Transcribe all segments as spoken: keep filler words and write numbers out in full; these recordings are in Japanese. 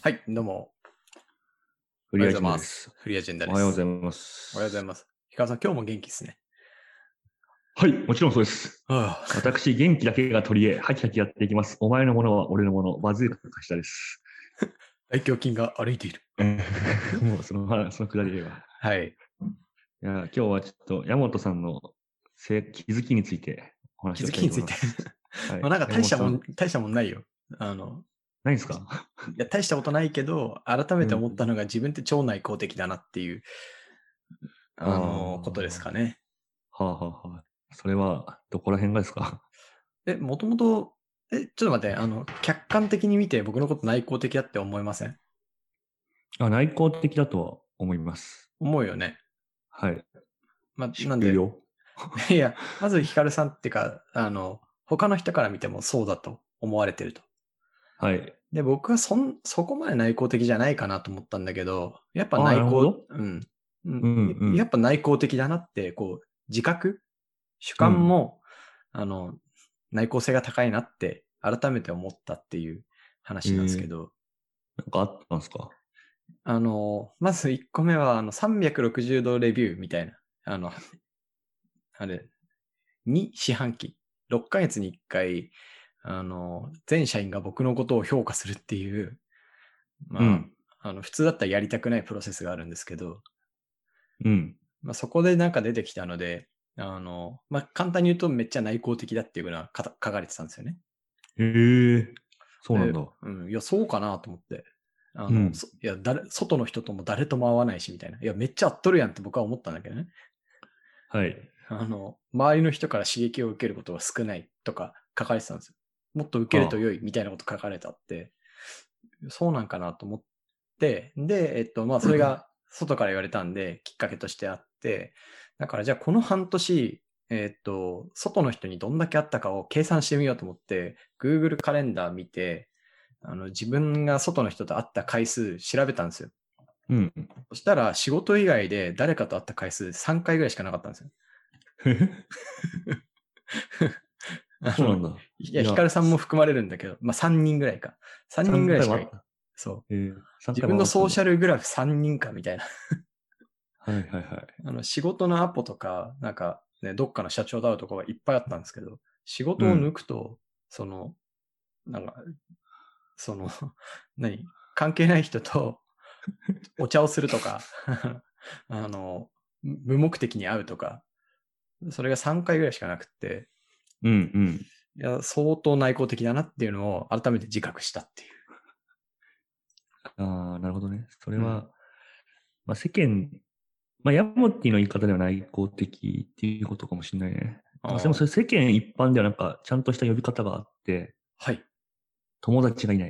はい、どうも。 フリーアおはようございます。 ジェンダです。 フリーアジェンダおはようごです。 ざいまおはようございす。 ます。ひかるさん、今日も元気ですね。 はい、もちろんそうです。 はあ、 私、元気だけが取り柄、ハキハキやっていきます。お前のものは俺のもの、バズーカ貸したです。 大胸筋が歩いている。 えーもうその、そのくだりでは。 はい。 いや、今日はちょっと、山本さんのせ気づきについてお話気をしたいづきについて。 と思います。はまあい。 なんか大したもん、 山本さん、 大したもんないよ。あの、 ないんですか？ いや、大したことないけど、改めてうん。 思ったのが自分って超内向的だなっていう、 ああの、ことですかあ、 ね。 はあはあはあ。それは、どこら辺がですか？ え、もともと、え、ちょっと待って、あの、客観的に見て僕のこと内向的だって思いません？ あ、内向的だとは思います。 思うよね。 はい。 まあ、なんで、 終了。 いや、まずヒカルさんっていうか、あの、他の人から見てもそうだと思われてると。 はい。 で、僕はそん、そこまで内向的じゃないかなと思ったんだけど、やっぱああ、な内向、 るほど。 うん。ううん、 んうん。 やっぱ内向的だなって、こう、自覚主うん。 観も、あの、内向性が高いなって改めて思ったっていうえ話なんですけー、 ど、 なんかあったんですか？ あの、まずいっこめは、あの、さんびゃくろくじゅうどレビューみたいな、あの、あれ、に四半期、ろっかげつにいっかい、あの、全社員が僕のことを評価するっていう、まうん。 あ、あの、普通だったらやりたくないプロセスがあるんですけど、 うん。 まあ、そこでなんか出てきたので、あの、まあ、簡単に言うとめっちゃ内向的だっていうのは書かれてたんですよね。 へえ、そうなんで、 だ。 うん、いや、そうかなと思って。あの、 うん。 そいや、誰、外の人とも誰とも会わないし、みたいな。いや、めっちゃ合っとるやんって僕は思ったんだけどね。 はい。 あの、周りの人から刺激を受けることが少ないとか書かれてたんですよ。もっと受けるとは良いみたいなこと書かれてあって、そうなんかなと思って、で、えっと、まあ、それが外から言われたんで、きっかけとしてあって、だからじゃあこの半年、えっと、外の人にどんだけあったかを計算してみようと思って、Google カレンダー見て、あの、自分が外の人と会った回数調べたんですよ。 あ。うん。 そしたら仕事以外で誰かと会った回数さんかいぐらいしかなかったんですよ。あの、 そうなんだ。 いや、 いや、 ヒカルさんも含まれるんだけど、まあ、さんにんぐらいか。さんにんぐ 3 らいしかい、 回もあった。 そう。 えー、3 自回分のソーシもあったんだ。 ャルグラフさんにんかみたいな。 はいはいはい。 あの、仕事のアポとか、なんか、ね、どっかの社長と会うとこがいっぱいあったんですけど、仕事を抜うん。 くと、その、なんか、その、何関係ない人とお茶をするとか、あの、無目的に会うとか、それがさんかいぐらいしかなくって、 うんうん。 いや、相当内向的だなっていうのを改めて自覚したっていう。 ああ、なるほどね。それうん。 は、まあ、世間、まあ、ヤモティの言い方では内向的っていうことかもしれないね。なんかでもそああ、 れ世間一般ではなんかちゃんとした呼び方があって、 はい。 友達がいない。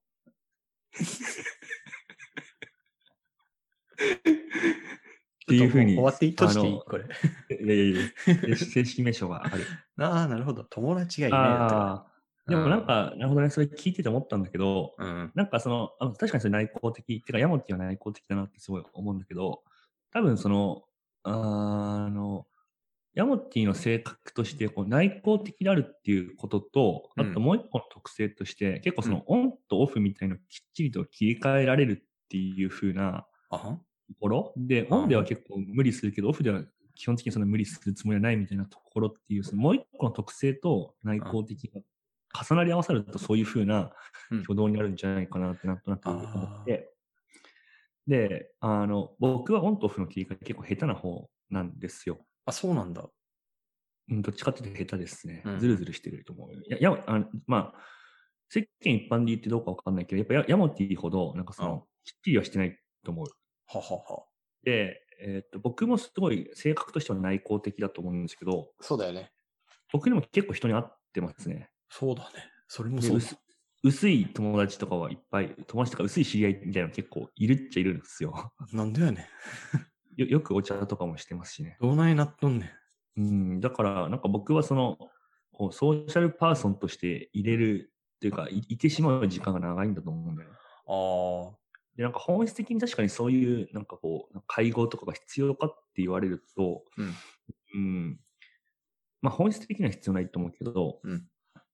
ってちょっというふうに、 もう終わっていい？閉じていいあの、 これ。 いやいやいや、正式名称がある。 ああ、なるほど。友達がいないだったかああ、 ら。 でもなんうん。 か、なるほどね、それ聞いてて思ったんだけど、 うん。 なんかその、あの確かにそれ内向的、っていうか、ヤモティは内向的だなってすごい思うんだけど、多分その、あの、ヤモティの性格として、こう内向的であるっていうことと、あとうん。 もう一個の特性として、結構うん。 そのオンとオフみたいのをきっちりと切り替えられるっていう風なあはところで、オンではあは結構無理するけど、オフでは基本的にその無理するつもりはないみたいなところっていう、そのもう一個の特性と内あ。 向的が重なり合わさるとそういう風なうん。 挙動になるんじゃないかなってなんとなく思っあて、で、あの、僕はオンとオフの切り替え結構下手な方なんですよ。 あ。あ、そうなんだ。 うん、どっちかっていうと下手ですね。 うんうん。 ずるずるしてると思う。いや、やあのまあ、世間一般で言ってどうかわかんないけど、やっぱヤヤモティほど、なんかそあ。 の、きっちりはしてないと思う。 ははは。 で、えっと、僕もすごい性格としては内向的だと思うんですけど、 そうだよね。 僕でも結構人に会ってますね。 そうだね。それもで、 そうだ。 薄薄い友達とかはいっぱい、友達とか薄い知り合いみたいなの結構いるっちゃいるんですよ。 なんでやねん。 よよくお茶とかもしてますしね。 どないなっとんねん。 うん、だからなんか僕はその、こうソーシャルパーソンとして入れるっていうか、いいてしまう時間が長いんだと思うんだよね。 ああ。 で、なんか本質的に確かにそういう、なんかこう、会合とかが必要かって言われると、 うん。 うん、まあ本質的には必要ないと思うけど、 うん。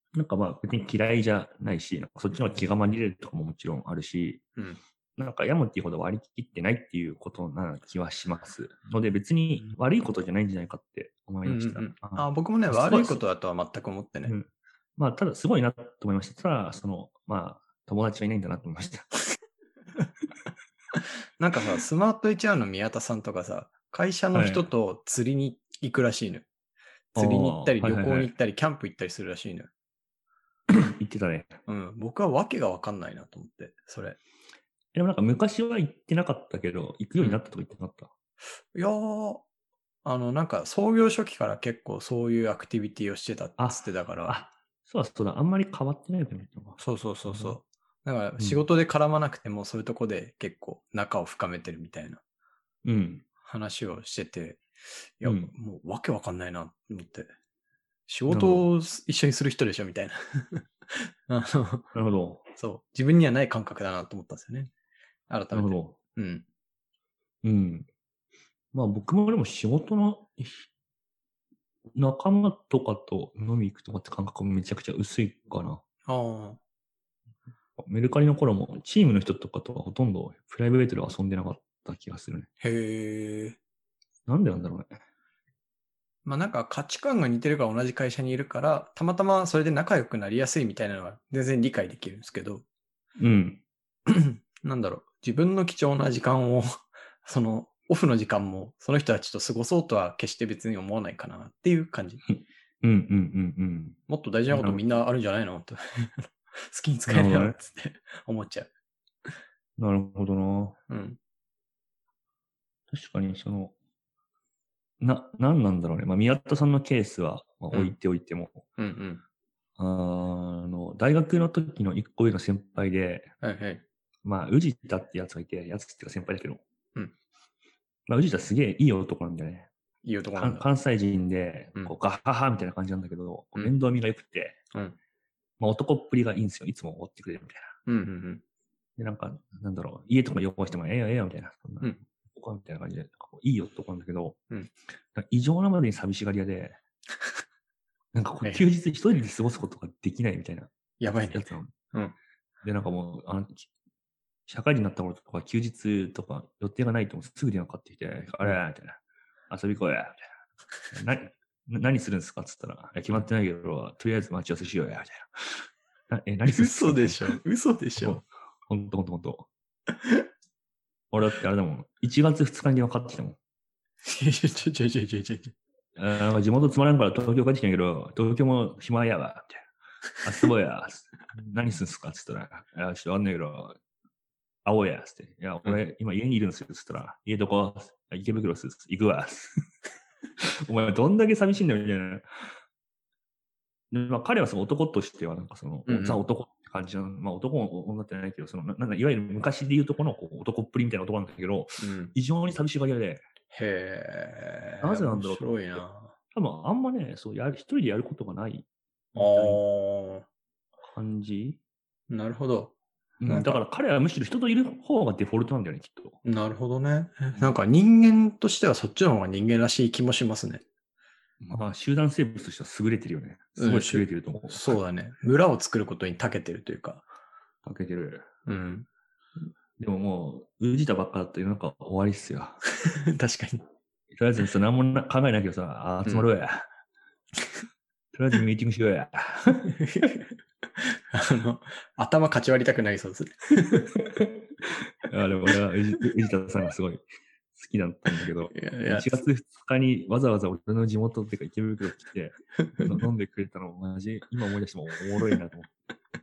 なんかまあ別に嫌いじゃないし、なんかそっちの方が気が紛れるとかももちろんあるし、 うん。 なんかヤモティほど割り切ってないっていうことな気はします。ので別に悪いことじゃないんじゃないかって思いました。 うんうんうん。 ああ、僕もね、 すごい悪いことだとは全く思ってね。 うん。まあただすごいなと思いました。ただ、その、まあ友達はいないんだなと思いました。 なんかさ、スマート エイチアール の宮田さんとかさ、会社のはい。 人と釣りに行くらしいのよ。 あ釣りに行ったあ、 り、旅はいはいはい。 行に行ったり、キャンプ行ったりするらしいのよ。 言ってたね。 うん。僕はわけがわかんないなと思って、それ。 でもなんか昔は行ってなかったけど、行くようになうん。 ったとか言ってなかった。 いやー、あの、なんか創業初期から結構そういうアクティビティをしてたっつっあ、 てたから、 あ、そうだそうだ、あんまり変わってないよね。 そうそうそうそなるほど。 う。だから仕うん。 事で絡まなくてもそういうとこで結構仲を深めてるみたいなうん。 話をしてて、いや、 うん。 もうわけわかんないなと思って。仕なるほど。 事を一緒にする人でしょみたいな。あの、 なるほど。 そう。自分にはない感覚だなと思ったんですよね。改めて。 なるほど。 うん。 うん。まあ僕もでも仕事の仲間とかと飲み行くとかって感覚もめちゃくちゃ薄いかな。 ああ。 メルカリの頃もチームの人とかとはほとんどプライベートで遊んでなかった気がするね。 へえ。 なんでなんだろうね。 まあなんか価値観が似てるから同じ会社にいるから、たまたまそれで仲良くなりやすいみたいなのは全然理解できるんですけど、 うん。 なんだろう。自分の貴重な時間をその、オフの時間もその人たちと過ごそうとは決して別に思わないかなっていう感じ。 うんうんうんうんもっと大事なことみんなあるんじゃないのと好きに使えるよなるほどね。 つって思っちゃう。 なるほどな。 うん。 確かにその、な、なんなんだろうね。まあ宮田さんのケースは、まあ、置いうん。 ておいても、 うんうん。 あの、大学の時の一個上の先輩で、 はいはい。 まあ、宇治田ってやつがいて、やつっていうか先輩だけど、 うん。 まあ、宇治田すげえいい男なんだよね。 いい男なんだ。 関関西人で、 うん。 こうガッハハみたいな感じなんだけど、こうん。 う面倒見が良くて、 うん。 まあ、男っぷりがいいんですよ。いつもおごってくれるみたいな。 うん。うん。 で、なんか、なんだろう、家とか汚してもええよええよみたいな、そんな、 うん。 男みたいな感じで、こういい男なんだけど、 うん。 なんか異常なまでに寂しがり屋で、なんかこはいはい。 う休日一人で過ごすことができないみたいなやばいね。 やつなの。 うん。 で、なんかもう、あの、社会人になった頃とか休日とか予定がないともうすぐ電話かかってきて、あれみたいな。遊び行こうや、みたいな。な、何するんですかって言ったら、いや決まってないけど、とりあえず待ち合わせしようや、みたいな。なえ、何するんですかみたいな。 嘘でしょ。嘘でしょ。 ほんとほんとほんと。俺だってあれだもん。いちがつふつかに電話かかってきたもん。 ちょちょちょちょちょちょちょちょ。 あーなんか地元つまらんから東京帰ってきたんやけど、東京も暇やわ、みたいな。遊ぼうや。何すんすかって言ったら、いや、ちょっとあんねんけど、会おうや、つって。いや、俺、今家にいるんですよ、つったら、家どこ池袋っす。行くわ。お前、どんだけ寂しいんだよ、みたいな。でまあ、彼はその男としては、なんかその、 うんうんザ男って感じの、まあ男も女ってないけど、その、ななんかいわゆる昔で言うとこのこう男っぷりみたいな男なんだけど、 うん。 異常に寂しがり屋で、 へえ、 なぜなん面だろうと思って。 白いな。 多分、あんまね、そう、やる、一人でやることがないあみたいなあ、 感じ。 なるほど。 うん、 なんか、 だから彼はむしろ人といる方がデフォルトなんだよね、きっと。 なるほどね。なんか人間としてはそっちの方が人間らしい気もしますね。 まあ、集団生物としては優れてるよね。すうん、 ごい優れしゅ、 てると思う。 そうだね。村を作ることに長けてるというか。 かけてる。 うん。 でももう、宇治田ばっかだったら世の中終わりっすよ。 確かに。 とりあえずさ、何もな考えないけどさ、あ集まろうや。とりあえずミーティングしようや。 あの、頭かち割りたくなりそうですね。 あでも俺は宇治宇治田さんがすごい好きだったんだけど、 いやいやいちがつふつかにわざわざ俺の地元っていうか池袋来て、の飲んでくれたのマジ、今思い出してもおもろいなと思って。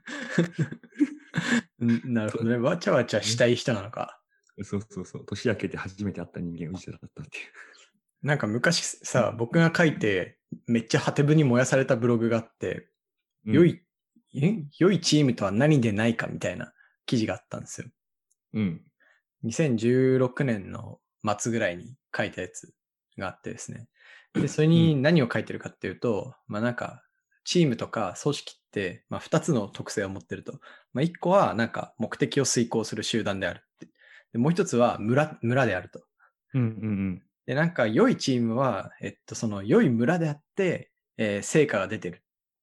うんなるほどね。わちゃわちゃしたい人なのか。 そうそうそう。年明けて初めて会った人間、宇治田だったっていう。 なんか昔さ、僕が書いて、めっちゃハテブに燃やされたブログがあって、 うん、 良い、え良いチームとは何でないかみたいな記事があったんですよ。 うん。 にせんじゅうろくねんの末ぐらいに書いたやつがあってですね。で、それに何を書いてるかっていうと、まあなんか、チームとか組織って、まあ二つの特性を持ってると。まあ一個はなんか目的を遂行する集団であるって。でもう一つは村、村であると。 うんうんうんで、なんか良いチームは、えっと、その良い村であって、えー成果が出てる。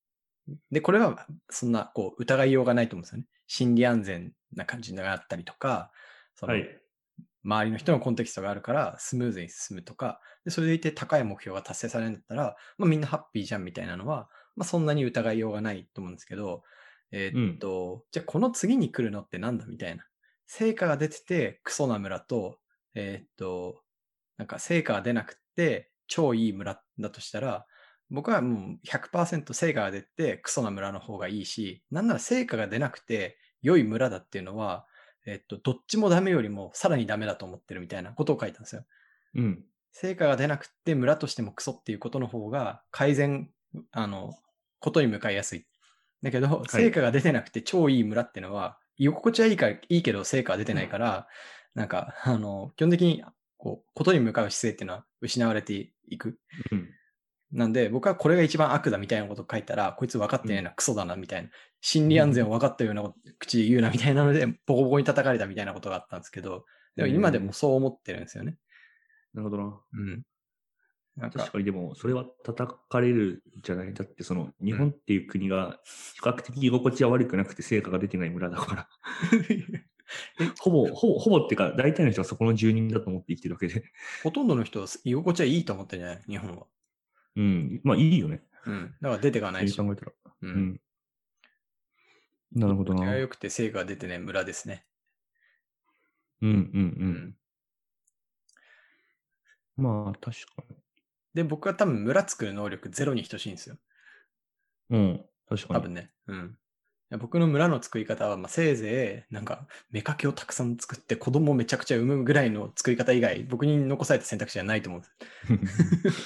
で、これはそんなこう疑いようがないと思うんですよね。心理安全な感じがあったりとか、そのはい。 周りの人のコンテキストがあるからスムーズに進むとか、でそれでいて高い目標が達成されるんだったら、まあ、みんなハッピーじゃんみたいなのは、まあ、そんなに疑いようがないと思うんですけど、えーっと、じゃあこの次に来るのってなんだみたいな。成果が出ててクソな村と、えーっと、なんか成果が出なくて超いい村だとしたら、僕はもう ひゃくパーセント 成果が出てクソな村の方がいいし、なんなら成果が出なくて良い村だっていうのは、えっと、どっちもダメよりもさらにダメだと思ってるみたいなことを書いたんですよ。 うん。 成果が出なくて村としてもクソっていうことの方が改善、あの、ことに向かいやすい。だけど、成果が出てなくて超いい村っていうのは、居心地はいいから、いいけど成果が出てないから、なんか、あの、基本的に、こう、ことに向かう姿勢っていうのは失われていく。 うん。 なんで、僕はこれが一番悪だみたいなことを書いたら、こいつ分かってないな、クソだな、みたいな。心理安全を分かったような口で言うな、みたいなので、ボコボコに叩かれたみたいなことがあったんですけど、でも今でもそう思ってるんですよね。 なるほどな。 うん。なんか確かにでも、それは叩かれるじゃない。だって、その、日本っていう国が比較的居心地は悪くなくて成果が出てない村だから。ほぼ、ほぼ、ほぼっていうか、大体の人はそこの住人だと思って生きてるわけで。 ほとんどの人は居心地はいいと思ってるじゃない、日本は。 うん。まあ、いいよね。 うん。だから出てかないし。 そう考えたら。 う。 うんん。なるほど居心地がな。 良くて成果が出てない村ですね。 うんうんう。 うんん。 まあ、確かで、僕は多分村作る能力ゼロに等しいんですよ。 に。うん。確かに。 多分ね。うん。僕の村の作り方は、まあ、せいぜい、なんか、妾をたくさん作って子供をめちゃくちゃ産むぐらいの作り方以外、僕に残された選択肢はないと思うんです。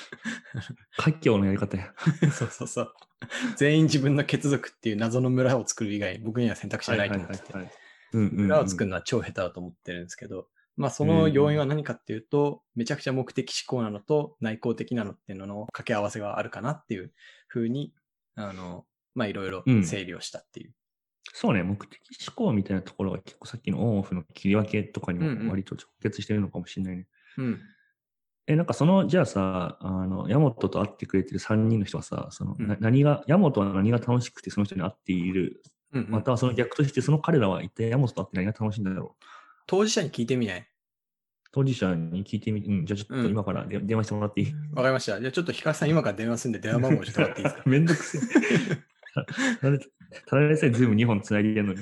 華僑のやり方や。 そうそうそう。全員自分の血族っていう謎の村を作る以外、僕には選択肢はないと思ってて。村を作るのは超下手だと思ってるんですけど、まあその要因は何かっていうと、めちゃくちゃ目的思考なのと内向的なのっていうのの掛け合わせがあるかなっていうふうに、あの、まあいろいろ整理をしたっていう。 そうね、目的思考みたいなところが結構さっきのオンオフの切り分けとかにも割と直結してるのかもしれないね。 うん、うん。 え、なんかその、じゃあさ、あの、ヤモトと会ってくれてるさんにんの人はさ、その、 うんな何が、ヤモトは何が楽しくてその人に会っている、 うんうん、 またはその逆として、その彼らは一体ヤモトと会って何が楽しいんだろう。 当事者に聞いてみない？ 当事者に聞いてみて、うん、じゃあちょっと今からで、うん、電話してもらっていい？ わかりました。じゃあちょっとヒカルさん今から電話するんで電話番号ちょっともらっていいですか？ めんどくせえ。ただでさえズームにほんつないでるのに。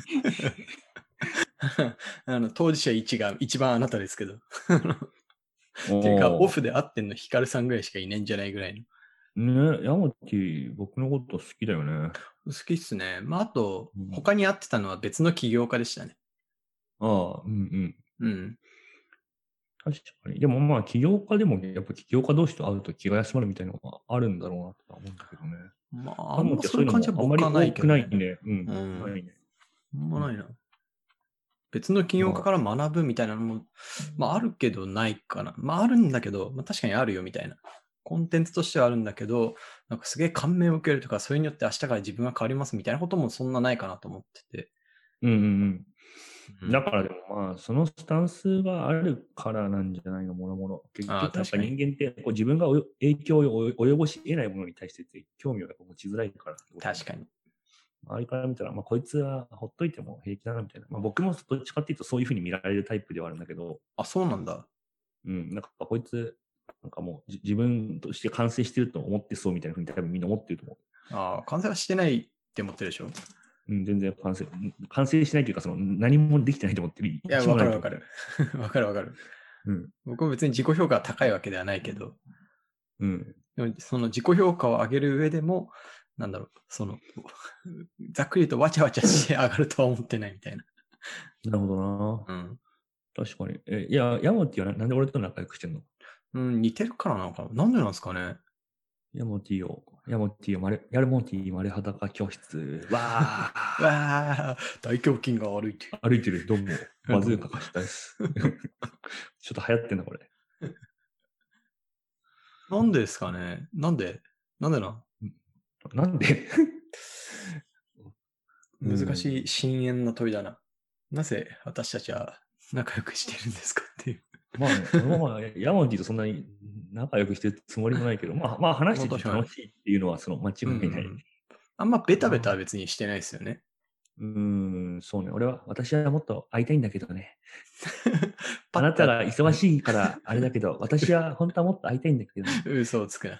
あの当事者いちが一番あなたですけど。っていうか、オフで会ってんのヒカルさんぐらいしかいないんじゃないぐらいの。ね、ヤモティ、僕のこと好きだよね。 好きっすね。まあ、あと、うん、他に会ってたのは別の起業家でしたね。 ああ、うんうん。 うん。 確かに。でもまあ、起業家でも、やっぱ起業家同士と会うと気が休まるみたいなのがあるんだろうなって思うんだけどね。 まあ、あんまそういう感じは僕はないけど、ね。ないね。うん。うん、ないね。あんまないな。別の起業家から学ぶみたいなのも、まああるけどないかな。まああるんだけど、まあ確かにあるよみたいな。コンテンツとしてはあるんだけど、なんかすげえ感銘を受けるとか、それによって明日から自分が変わりますみたいなこともそんなないかなと思ってて。 うんうんうん。だからでもまあ、そのスタンスがあるからなんじゃないの、もろもろ。結局、なんか人間ってこう自分が影響を及ぼし得ないものに対して興味を持ちづらいから。 確かに。 周りから見たら、まあ、こいつはほっといても平気だなみたいな。まあ、僕もどっちかっていうとそういうふうに見られるタイプではあるんだけど。 あ、そうなんだ。 うん、なんかこいつ、なんかもう自分として完成してると思ってそうみたいなふうに多分みんな思ってると思う。ああ、完成はしてないって思ってるでしょ。 うん、全然完成、完成してないというか、その何もできてないと思ってる。 いや、わかるわかる。わかるわかる。うん。僕も別に自己評価が高いわけではないけど。 うん。 でもその自己評価を上げる上でも、なんだろう、その、ざっくりとわちゃわちゃして上がるとは思ってないみたいな。 なるほどな。うん。 確かに。え、いや、ヤモティはなんで俺と仲良くしてんの？ うん、似てるからなのかな。なんでなんですかね。 ヤモティを、ヤモティをマレ、ヤルモティ丸裸教室。わー。わー。大胸筋が歩いてる。 歩いてる。どうも。バズーカ貸したです。ちょっと流行ってんな、これ。 なんでですかね。なんでなんでななんで難しい深淵な問いだな。なぜ私たちは仲良くしてるんですかっていう。 まあね、俺もまあ、ヤモティとそんなに仲良くしてるつもりもないけど、まあ、まあ話してて楽しいっていうのはその間違いない。うんうん、 あんまベタベタは別にしてないですよね。 うーん、そうね。俺は、私はもっと会いたいんだけどね。 パッてあなたが忙しいからあれだけど、私は本当はもっと会いたいんだけどね。 嘘をつくな。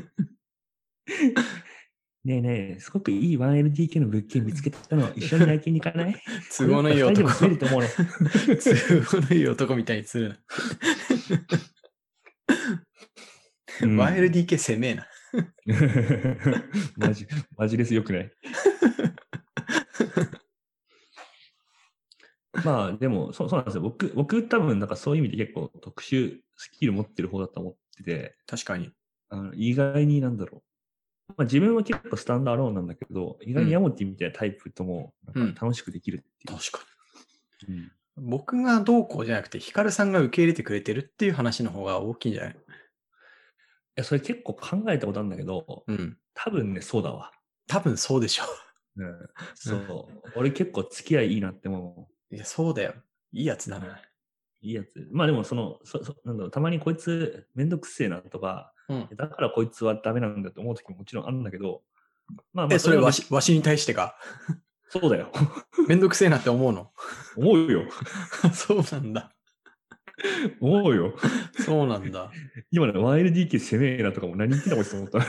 ねえねえ、すごくいい ワンエルディーケー の物件見つけたの、一緒に内見に行かない？ 都合のいいこれだったら二人でも男。 住めると思うの。 都合のいい男みたいにするうな。 んワンエルディーケー 攻めえな。 マジ、マジですよくない。まあでもそ、そうなんですよ。僕、僕多分なんかそういう意味で結構特殊スキル持ってる方だと思ってて、 確かに。 あの意外になんだろう。まあ自分は結構スタンダーローンなんだけど、意外にヤモティみたいなタイプともなんか楽しくできるっていう。 確かに。うんに。僕がどうこうじゃなくて、ヒカルさんが受け入れてくれてるっていう話の方が大きいんじゃない？ いや、それ結構考えたことあるんだけど、 うん。 多分ね、そうだわ。 多分そうでしょうん、そう。俺結構付き合いいいなってもう。いや、そうだよ。いいやつだな。 いいやつ。まあでもその、そそなんだろう、たまにこいつめんどくせえなとか、 うん。 だからこいつはダメなんだって思う時ももちろんあるんだけど、まあまえ、 あそれは別わし、わしに対してか。 そうだよ。 めんどくせえなって思うの？ 思うよ。 そうなんだ。 思うよ。 そうなんだ。 今の ワンエルディーケー 攻めえなとかも何言ってんだこいつと思った。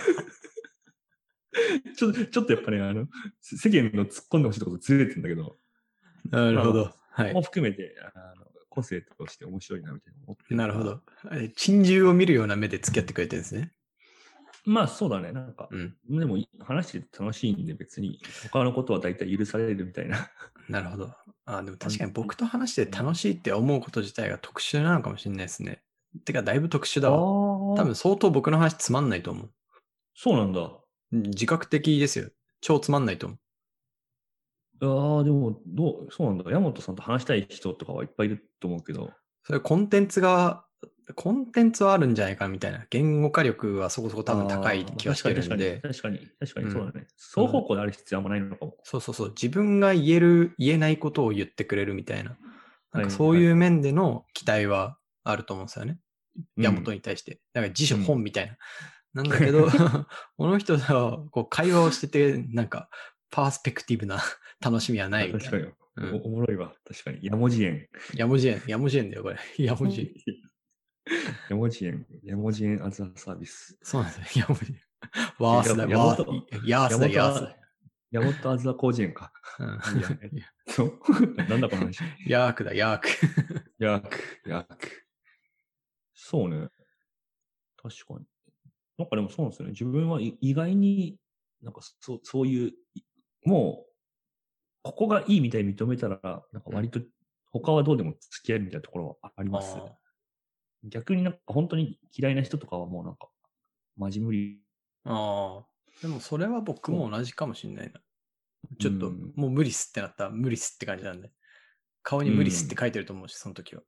ちょっと、ちょっとやっぱね、あの、世間の突っ込んでほしいところずれてんだけど、 なるほど。 まあまあ、 はい。 も含めて、あの、個性として面白いなみたいな思ってるから。 なるほど。え珍獣を見るような目で付き合ってくれてるんですね。 まあそうだね、なんか、 うん。 でも話してて楽しいんで別に他のことは大体許されるみたいな。 なるほど。あ、でも確かに僕と話して楽しいって思うこと自体が特殊なのかもしれないですね。てか、だいぶ特殊だわ。多分相当僕の話つまんないと思う。 そうなんだ。 うん自覚的ですよ。超つまんないと思う。 ああ、でも、どう、そうなんだ。山本さんと話したい人とかはいっぱいいると思うけど。 それコンテンツが、コンテンツはあるんじゃないかみたいな。言語化力はそこそこ多分高い気はしてるんで。 確かに、確かに、確かに、そうだね。 うん、 双方向である必要はあんまないのかも。 そうそうそう。自分が言える、言えないことを言ってくれるみたいな。なんかそういう面での期待はあると思うんですよね。山本に対して。なんか辞書本みたいな。うん、なんだけど、この人とこう会話をしてて、なんかパースペクティブな楽しみはないみたいな。 確かに、うん、お。おもろいわ。確かに。やもじ園。 やもじ園。やもじ園だよ、これ。やもじ園。 やもじ園。やもじ園アザーサービス。 そうなんですよ。やもじ園。ワースだ、ワース。ヤースだ、ヤースだ。 ヤモトアザー広辞苑か。 うん、 そう。なんだこの話。 ヤークだ、ヤーク。 ヤーク、ヤーク。そうね。確かに。なんかでもそうなんですよね。自分は意外になんかそそういう、もう、ここがいいみたいに認めたら、なんか割と他はどうでも付き合えるみたいなところはあります。逆になんか本当に嫌いな人とかはもうなんか、マジ無理。 ああ。でもそれは僕も同じかもしれないな。ちょっと、もう無理っすってなったら無理っすって感じなんで。顔に無理っすって書いてると思うし、その時は。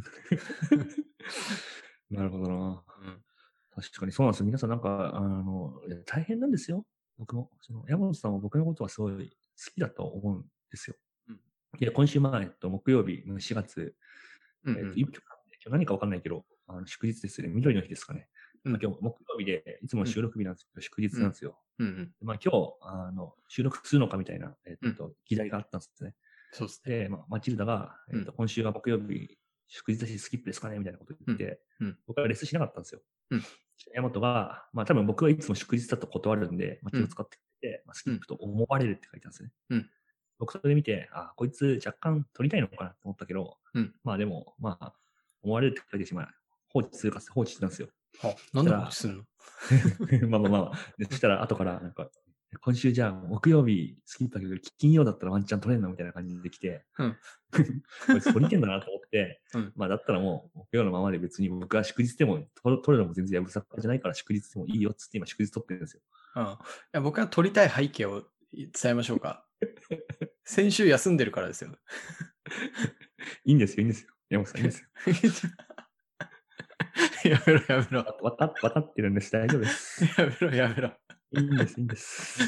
なるほどな。 うん、 確かにそうなんですよ。皆さんなんか、あの、大変なんですよ。僕も。その山本さんは僕のことはすごい好きだと思うんですよ。うん、いや、今週前、えっと、木曜日のしがつ、うんうん、えっと、今日何かわかんないけど、あの祝日ですね。緑の日ですかね。うん、今日木曜日で、いつも収録日なんですけど、うん、祝日なんですよ。うんうん、まあ今日、あの、収録するのかみたいな、えっと、うん、議題があったんですね。 そうですね。 で、まあ、マチルダが、えっと、今週は木曜日、祝日だしスキップですかねみたいなこと言って、うんうん、僕はレッスンしなかったんですよ。うん、山本が、まあ多分僕はいつも祝日だと断るんで、マチルを使ってくれて、うん、まあ、スキップと思われるって書いてあるんですね。うん、僕それで見て、あ、こいつ若干取りたいのかなと思ったけど、うん、まあでも、まあ、思われるって書いてしまう。放置するか放置してたんですよ。 はなんで放置するのまあまあまあ。そしたら後からなんか、今週じゃあ木曜日スキップだけど、金曜だったらワンチャン取れんのみたいな感じで来て、うん、こいつ取りてんだなと思って、うん、まあだったらもう木曜のままで別に僕は祝日でも取るのも全然やぶさかじゃないから祝日でもいいよっつって今祝日取ってるんですよ。 うん、いや僕は取りたい背景を伝えましょうか。先週休んでるからですよ。 いいんですよ、いいんですよ。山本さんいいんですよ。 やめろやめろ。 わかわかってるんです。大丈夫です。 やめろやめろ。 いいんです、いいんです。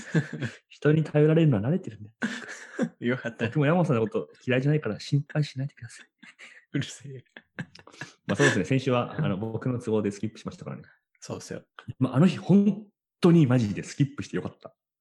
人に頼られるのは慣れてるんで。 よかった。 僕も山本さんのこと嫌いじゃないから心配しないでください。 うるせえ。 まあそうですね。先週はあの僕の都合でスキップしましたからね。 そうですよ。 まああの日本当にマジでスキップしてよかった。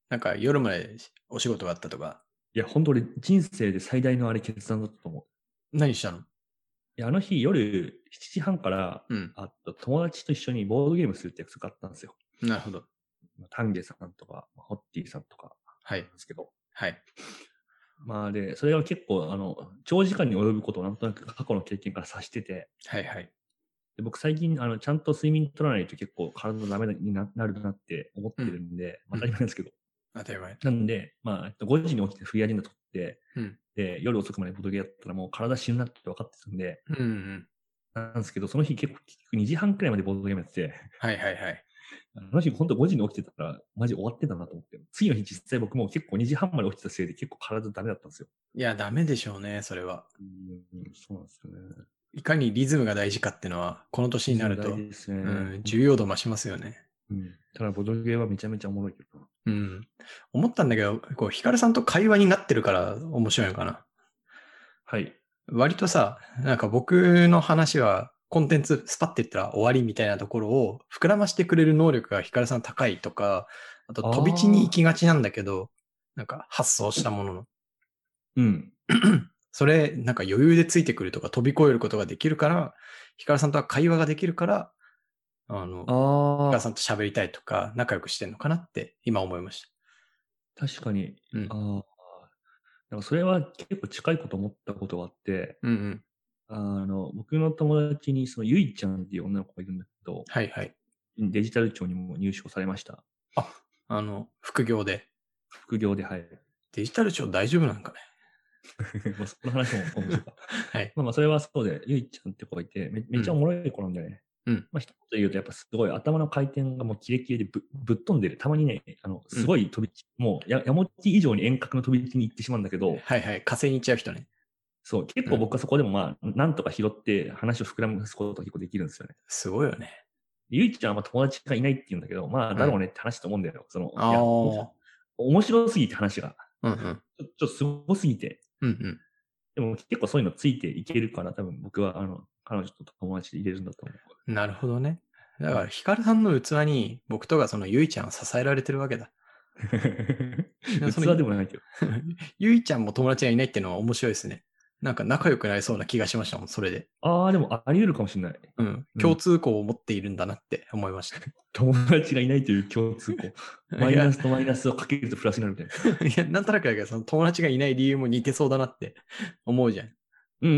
なんか夜までお仕事があったとか。 いや、本当俺、人生で最大のあれ決断だったと思う。 何したの？ いや、あの日夜しちじはんから、 うん。 あと友達と一緒にボードゲームするって約束があったんですよ。 なるほど。 丹下さんとか、ホッティさんとかはい。 なんですけど。 はい。 まあで、それが結構、あの、長時間に及ぶことをなんとなく過去の経験から察してて、 はいはい。 で僕最近、あの、ちゃんと睡眠取らないと結構体ダメにななるなって思ってるんで、 うんまあ当たり前ですけど。 当たり前。 なんで、まあ、えっとごじに起きてフリーアジェンダ取って、 うん。 で、夜遅くまでボドゲやったらもう体死ぬなって分かってたんで、 うんうん。 なんですけど、その日結構結局にじはんくらいまでボードゲームやってて、 はいはいはい。 あの日本当ごじに起きてたら、マジ終わってたなと思って。次の日実際僕も結構にじはんまで起きてたせいで結構体ダメだったんですよ。 いや、ダメでしょうね、それは。 うん、そうなんですよね。 いかにリズムが大事かっていうのは、この年になると、 大事ですね。 うん、重要度増しますよね。 うん。だからボドゲーはめちゃめちゃおもろいけどな。 うん。思ったんだけど、こう、ヒカルさんと会話になってるから面白いのかな。 はい。 割とさ、なんか僕の話は、コンテンツスパッて言ったら終わりみたいなところを膨らましてくれる能力がヒカルさん高いとか、あと飛び地に行きがちなんだけど、なんか発想したものの。 うん。 それ、なんか余裕でついてくるとか飛び越えることができるから、ヒカルさんとは会話ができるから、あの、ヒカルさあんと喋りたいとか仲良くしてんのかなって今思いましあ、確かに。 た。うん。 ああ。なんかそれは結構近いこと思ったことがあって、 うんうん。 あの、僕の友達にそのゆいちゃんっていう女の子がいるんだけど、 はいはい。 デジタル庁にも入省されました。 あ、あの、副業で。 副業で、はい。 デジタル庁大丈夫なんかね。 まあその話も今度しようか。 はい。 まあまあそれはそうで、ゆいちゃんって子がいて、めめっちゃおもろい子なんだよね。 うん。 まあ一言言うとやっぱすごい頭の回転がもうキレキレでぶぶっ飛んでる。たまにね、あの、すごい飛び地、もうや山本以上に遠隔の飛び地に行ってしまうんだけど、 はいはい。火星に行っちゃう人ね。 そう、結構僕はそこでもまあ、なんとか拾って話を膨らますことが結構できるんですよね。 すごいよね。 ゆいちゃんは友達がいないって言うんだけど、まあ、だろうねって話と思うんだよ。その、 あいや、 あ。 面白すぎて話が。 うんうん。 ちょちょっとすごすぎて。 うんうん。 でも結構そういうのついていけるから、多分僕は、あの、彼女と友達で入れるんだと思う。 なるほどね。だから、ヒカルさんの器に僕とかそのゆいちゃんを支えられてるわけだ。その器でもないけど。 ゆいちゃんも友達がいないっていうのは面白いですね。なんか仲良くなりそうな気がしましたもん、それで。 ああ、でもあり得るかもしれない。 うん。 うん共通項を持っているんだなって思いました。 友達がいないという共通項。マイナスいとマイナスをかけるとプラスになるみたいな。 や、いや、なんとなくだけど、その友達がいない理由も似てそうだなって思うじゃん。 うん。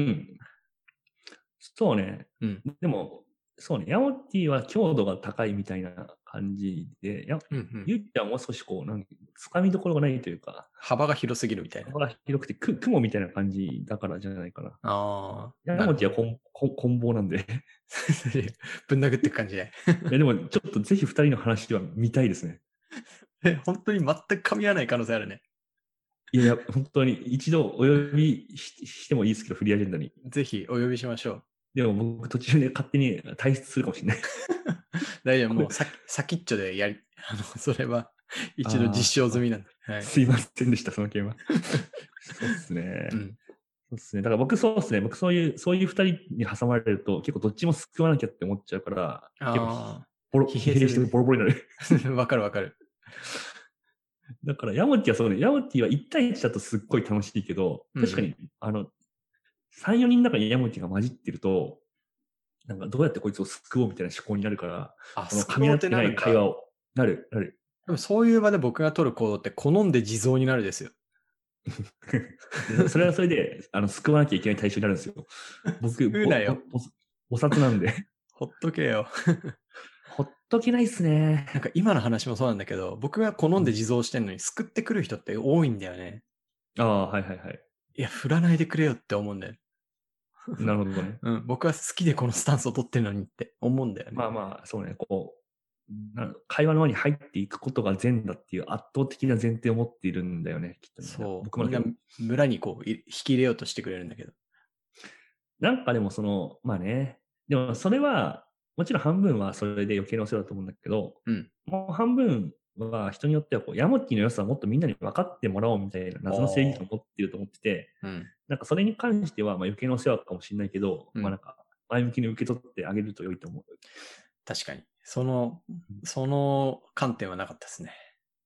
そうね。 うん。 でも、そうね。ヤモティは強度が高いみたいな感じで、やうんうん、 ゆいちゃんはもう少しこう、なんつかみどころがないというか、 幅が広すぎるみたいな。 幅が広くて、く雲みたいな感じだからじゃないかな。 ああ。 ヤモティはこんこ棍棒なんで。 ぶん殴っていく感じで。 いやでも、ちょっとぜひ二人の話は見たいですね。 え、本当に全く噛み合わない可能性あるね。 いやいや、本当に一度お呼びししてもいいですけど、フリーアジェンダに。 ぜひお呼びしましょう。 でも僕途中で勝手に退出するかもしれない。 大丈夫、もう先先っちょでやり、あの、それは一度実証済みなんで。はい。 すいませんでした、その件は。そうっすね。 うん。 そうっすね。だから僕そうっすね。僕そういう、そういう二人に挟まれると結構どっちも救わなきゃって思っちゃうから、結構あボロ、 疲疲弊して弊するねボロボロになる。 あ。わかるわかる。 だからヤモティはそうね、ヤモティはいち対いちだとすっごい楽しいけど、 うんうん確かに、あの、さん、よにんの中にヤモティが混じってると、なんかどうやってこいつを救おうみたいな思考になるから、 あ、 その救おう噛み合っててっなるんだ。 ない会話を、なる、なる。 でもそういう場で僕が取る行動って好んで地蔵になるですよ。 それはそれで、あの、救わなきゃいけない対象になるんですよ。僕、 救うなよぼぼ菩薩なんで。 ほっとけよ。 ほっとけないっすね。 なんか今の話もそうなんだけど、僕が好んで地蔵してんのに救ってくる人って多いんだよね。 ああ、はいはいはい。 いや、振らないでくれよって思うんだよ。 なるほどね。 うん、僕は好きでこのスタンスを取ってるのにって思うんだよね。 まあまあ、そうね、こう、な会話の輪に入っていくことが善だっていう圧倒的な前提を持っているんだよね、きっとみんな。 そう。 僕もだけどみんな村にこうい引き入れようとしてくれるんだけど。 なんかでもその、まあね、でもそれは、もちろん半分はそれで余計なお世話だと思うんだけど、 うん。 もう半分は人によってはこう、ヤモティの良さをもっとみんなに分かってもらおうみたいな謎の正義感を持っていると思ってて、 うん。 なんかそれに関してはまあ余計なお世話かもしれないけど、 うんまあなんか前向きに受け取ってあげると良いと思う。 確かに。その、その観点はなかったですね。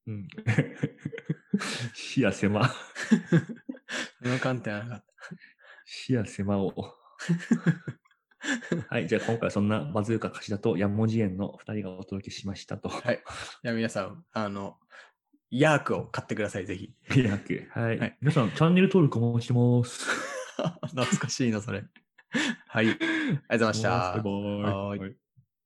うん。視野狭。 その観点はなかった。 視野狭を。はい。じゃあ今回そんなバズーカ柏とヤンモジ園のふたりがお届けしましたと。 はい。じゃあ皆さん、あの、ヤークを買ってください、ぜひ。 ヤーク。はい。 はい、 皆さん、チャンネル登録お待ちしてます。 懐かしいな、それ。はい。ありがとうございました。 バイバイ。 はい。